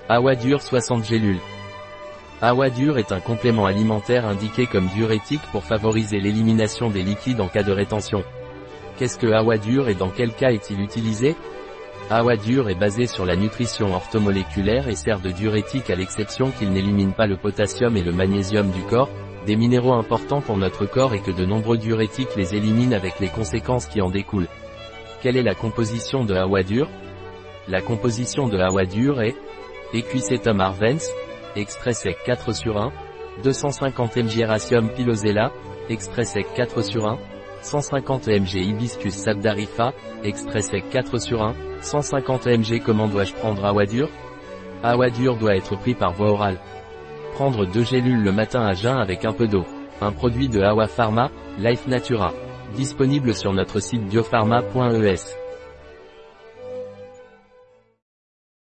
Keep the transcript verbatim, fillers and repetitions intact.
Awadur soixante gélules. Awadur est un complément alimentaire indiqué comme diurétique pour favoriser l'élimination des liquides en cas de rétention. Qu'est-ce que Awadur et dans quel cas est-il utilisé? Awadur est basé sur la nutrition orthomoléculaire et sert de diurétique à l'exception qu'il n'élimine pas le potassium et le magnésium du corps, des minéraux importants pour notre corps et que de nombreux diurétiques les éliminent avec les conséquences qui en découlent. Quelle est la composition de Awadur? La composition de Awadur est Equisetum arvens, extrait sec quatre sur un, deux cent cinquante milligrammes Ratium pilosella, extrait sec quatre sur un, cent cinquante milligrammes Hibiscus sabdarifa, extrait sec quatre sur un, cent cinquante milligrammes. Comment dois-je prendre Awadur? Awadur doit être pris par voie orale. Prendre deux gélules le matin à jeun avec un peu d'eau. Un produit de Awa Pharma, Life Natura. Disponible sur notre site biopharma point e s.